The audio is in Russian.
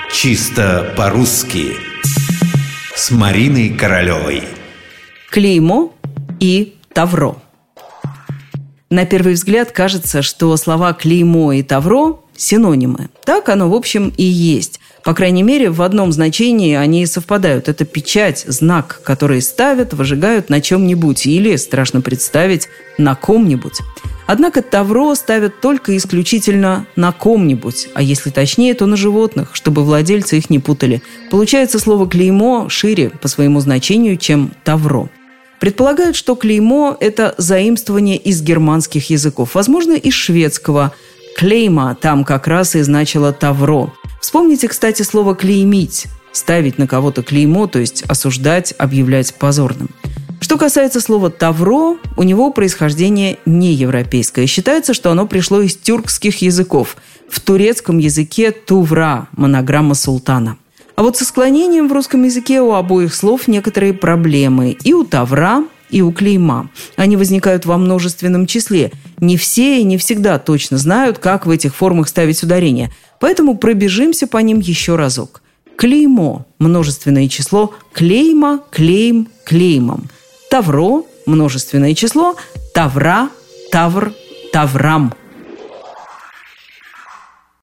Чисто по-русски с Мариной Королевой. Клеймо и тавро. На первый взгляд кажется, что слова «клеймо» и «тавро» – синонимы. Так оно, в общем, и есть. По крайней мере, в одном значении они совпадают. Это печать, знак, который ставят, выжигают на чем-нибудь или, страшно представить, на ком-нибудь. Однако тавро ставят только исключительно на ком-нибудь, а если точнее, то на животных, чтобы владельцы их не путали. Получается, слово «клеймо» шире по своему значению, чем «тавро». Предполагают, что клеймо – это заимствование из германских языков, возможно, из шведского. «Клейма» там как раз и значило «тавро». Вспомните, кстати, слово «клеймить» – ставить на кого-то клеймо, то есть осуждать, объявлять позорным. Что касается слова «тавро», у него происхождение неевропейское. Считается, что оно пришло из тюркских языков. В турецком языке «тувра» – монограмма султана. А вот со склонением в русском языке у обоих слов некоторые проблемы. И у тавра, и у клейма. Они возникают во множественном числе. Не все и не всегда точно знают, как в этих формах ставить ударение. Поэтому пробежимся по ним еще разок. Клеймо – множественное число, клейма, клейм, клеймом. Тавро – множественное число, тавра, тавр, таврам.